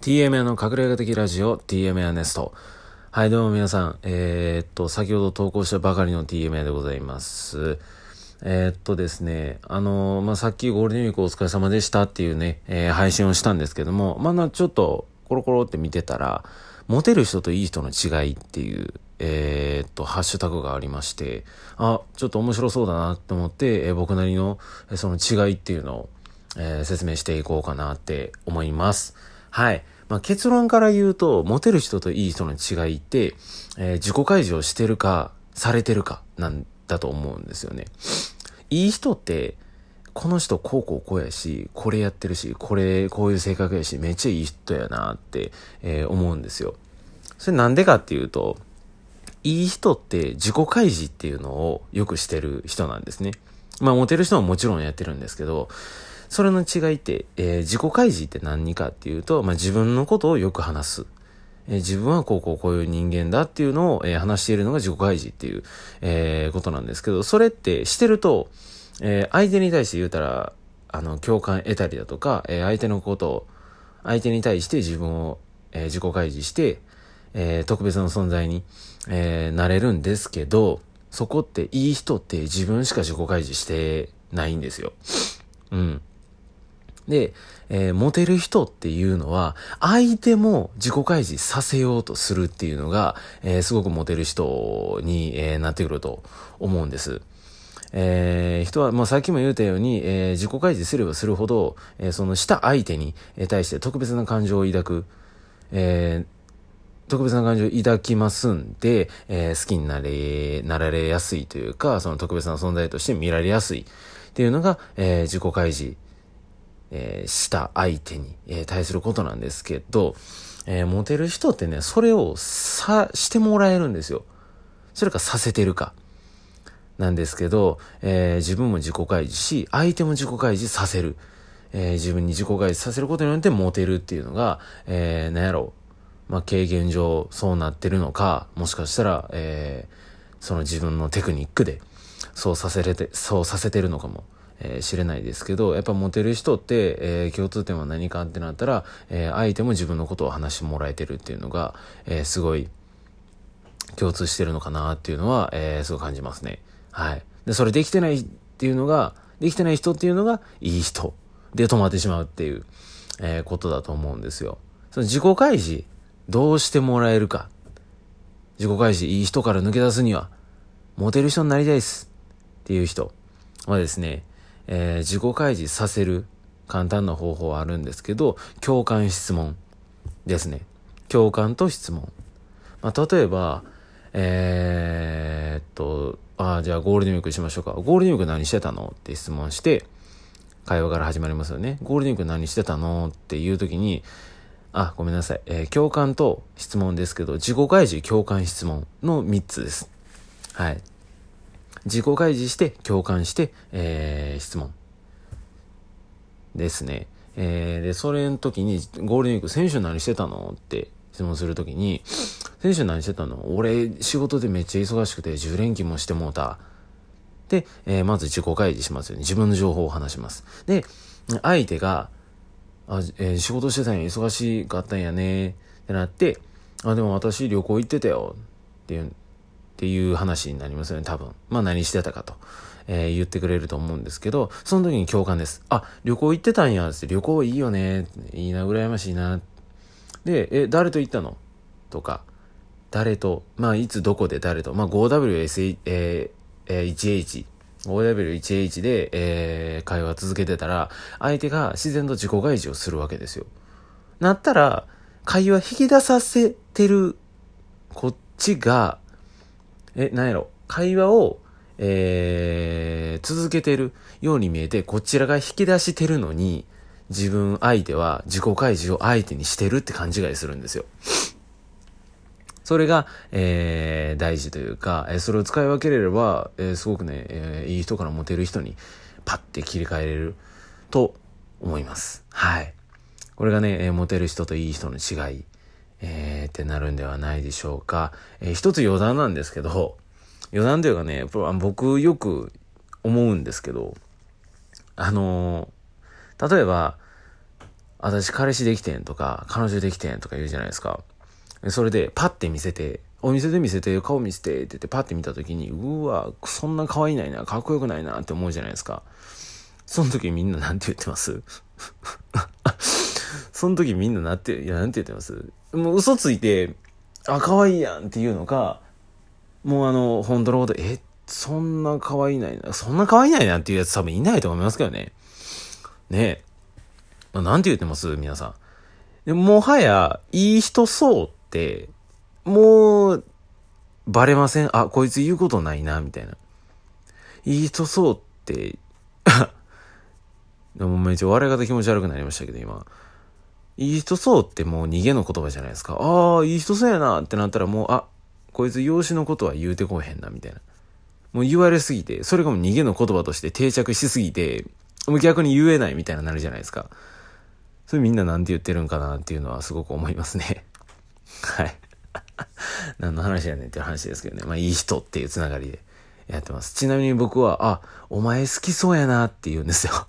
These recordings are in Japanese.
TMA の隠れ家的ラジオ TMA ネスト。はい、どうも皆さん。先ほど投稿したばかりの TMA でございます。ですね、さっきゴールデンウィークお疲れ様でしたっていうね、配信をしたんですけども、ちょっとコロコロって見てたら、モテる人といい人の違いっていう、ハッシュタグがありまして、ちょっと面白そうだなって思って、僕なりのその違いっていうのを、説明していこうかなって思います。はい。結論から言うと、モテる人といい人の違いって、自己開示をしてるか、されてるか、なんだと思うんですよね。いい人って、この人こうやし、これやってるし、こういう性格やし、めっちゃいい人やなって、思うんですよ。それなんでかっていうと、いい人って自己開示っていうのをよくしてる人なんですね。モテる人ももちろんやってるんですけど、それの違いって、自己開示って何かっていうと、自分のことをよく話す。自分はこういう人間だっていうのを、話しているのが自己開示っていう、ことなんですけど、それってしてると、相手に対して言うたら、共感得たりだとか、相手に対して自分を、自己開示して、特別な存在に、なれるんですけど、そこっていい人って自分しか自己開示してないんですよ。うん。で、モテる人っていうのは、相手も自己開示させようとするっていうのが、すごくモテる人に、なってくると思うんです。人は、さっきも言ったように、自己開示すればするほど、そのした相手に対して特別な感情を抱く、特別な感情を抱きますんで、好きになられやすいというか、その特別な存在として見られやすいっていうのが、自己開示した相手に、対することなんですけど、モテる人ってね、それをしてもらえるんですよ。それかさせてるか。なんですけど、自分も自己開示し、相手も自己開示させる。自分に自己開示させることによってモテるっていうのが、経験上そうなってるのか、もしかしたら、その自分のテクニックで、そうさせてるのかも。知れないですけど、やっぱモテる人って、共通点は何かってなったら、相手も自分のことを話してもらえてるっていうのが、すごい共通してるのかなっていうのは、すごい感じますね。はい。で、それできてない人っていうのが、いい人で止まってしまうっていう、ことだと思うんですよ。その自己開示、どうしてもらえるか。自己開示、いい人から抜け出すには、モテる人になりたいですっていう人はですね、自己開示させる簡単な方法はあるんですけど、共感質問ですね。共感と質問。例えば、じゃあゴールデンウィークしましょうか。ゴールデンウィーク何してたのって質問して、会話から始まりますよね。ゴールデンウィーク何してたのっていう時に、ごめんなさい。共感と質問ですけど、自己開示、共感、質問の3つです。はい。自己開示して、共感して、質問ですね。で、それの時に、ゴールデンウィーク、先週何してたのって質問するときに、先週何してたの？俺、仕事でめっちゃ忙しくて、10連勤もしてもうた。で、まず自己開示しますよね。自分の情報を話します。で、相手が、仕事してたんや、忙しかったんやね、ってなって、でも私旅行行ってたよ、っていう話になりますよね、多分。何してたかと、言ってくれると思うんですけど、その時に共感です。旅行行ってたんや、つって、旅行いいよね、いいな、羨ましいな。で、誰と行ったのとか、誰と、いつどこで誰と、5W1H で、会話続けてたら、相手が自然と自己開示をするわけですよ。なったら、会話引き出させてる、こっちが、会話を、続けてるように見えて、こちらが引き出してるのに、相手は自己開示を相手にしてるって勘違いするんですよ。それが、大事というか、それを使い分けれれば、すごくね、いい人からモテる人にパッて切り替えれると思います。はい。これがね、モテる人といい人の違い、ってなるんではないでしょうか。一つ余談なんですけど、余談というかね、僕よく思うんですけど、例えば、 私彼氏できてんとか、彼女できてんとか言うじゃないですか。それで、パッて見せて、お店で見せて、顔見せてって言ってパッて見たときに、うわ、そんな可愛いないな、かっこよくないなって思うじゃないですか。その時みんななんて言ってますその時みんななんて言ってますもう嘘ついて、あ、可愛いやんっていうのか、もう本当のこと、そんな可愛いないな、そんな可愛いないなっていうやつ多分いないと思いますけどね。ねえ。なんて言ってます皆さん。でもはや、いい人そうって、もう、バレません？あ、こいつ言うことないな、みたいな。いい人そうって、でもめっちゃ笑い方気持ち悪くなりましたけど、今。いい人そうってもう逃げの言葉じゃないですか。ああ、いい人そうやなってなったらもう、こいつ養子のことは言うてこへんな、みたいな。もう言われすぎて、それがもう逃げの言葉として定着しすぎて、もう逆に言えないみたいななるじゃないですか。それみんななんて言ってるんかなっていうのはすごく思いますね。はい。何の話やねんっていう話ですけどね。まあいい人っていうつながりでやってます。ちなみに僕は、お前好きそうやなって言うんですよ。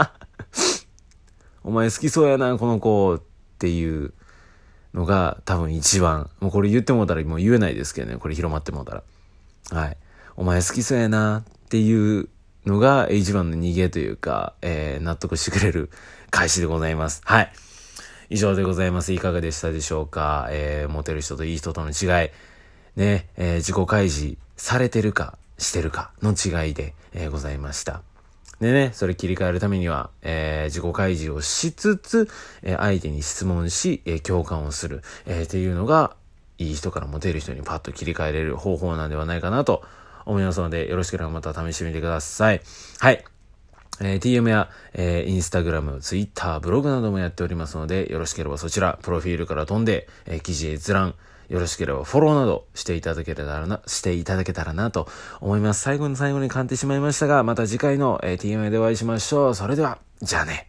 お前好きそうやな、この子っていうのが多分一番。もうこれ言ってもうたらもう言えないですけどね。これ広まってもうたら。はい。お前好きそうやなっていうのが一番の逃げというか、納得してくれる返しでございます。はい。以上でございます。いかがでしたでしょうか。モテる人といい人との違い。ね、自己開示されてるかしてるかの違いで、ございました。でね、それ切り替えるためには、自己開示をしつつ、相手に質問し、共感をする、っていうのが、いい人からモテる人にパッと切り替えれる方法なんではないかなと思いますので、よろしければまた試してみてください。はい。TM や、インスタグラム、ツイッター、ブログなどもやっておりますので、よろしければそちら、プロフィールから飛んで、記事閲覧、よろしければフォローなどしていただけたらなと思います。最後に噛んでしまいましたが、また次回の、TM でお会いしましょう。それでは、じゃあね。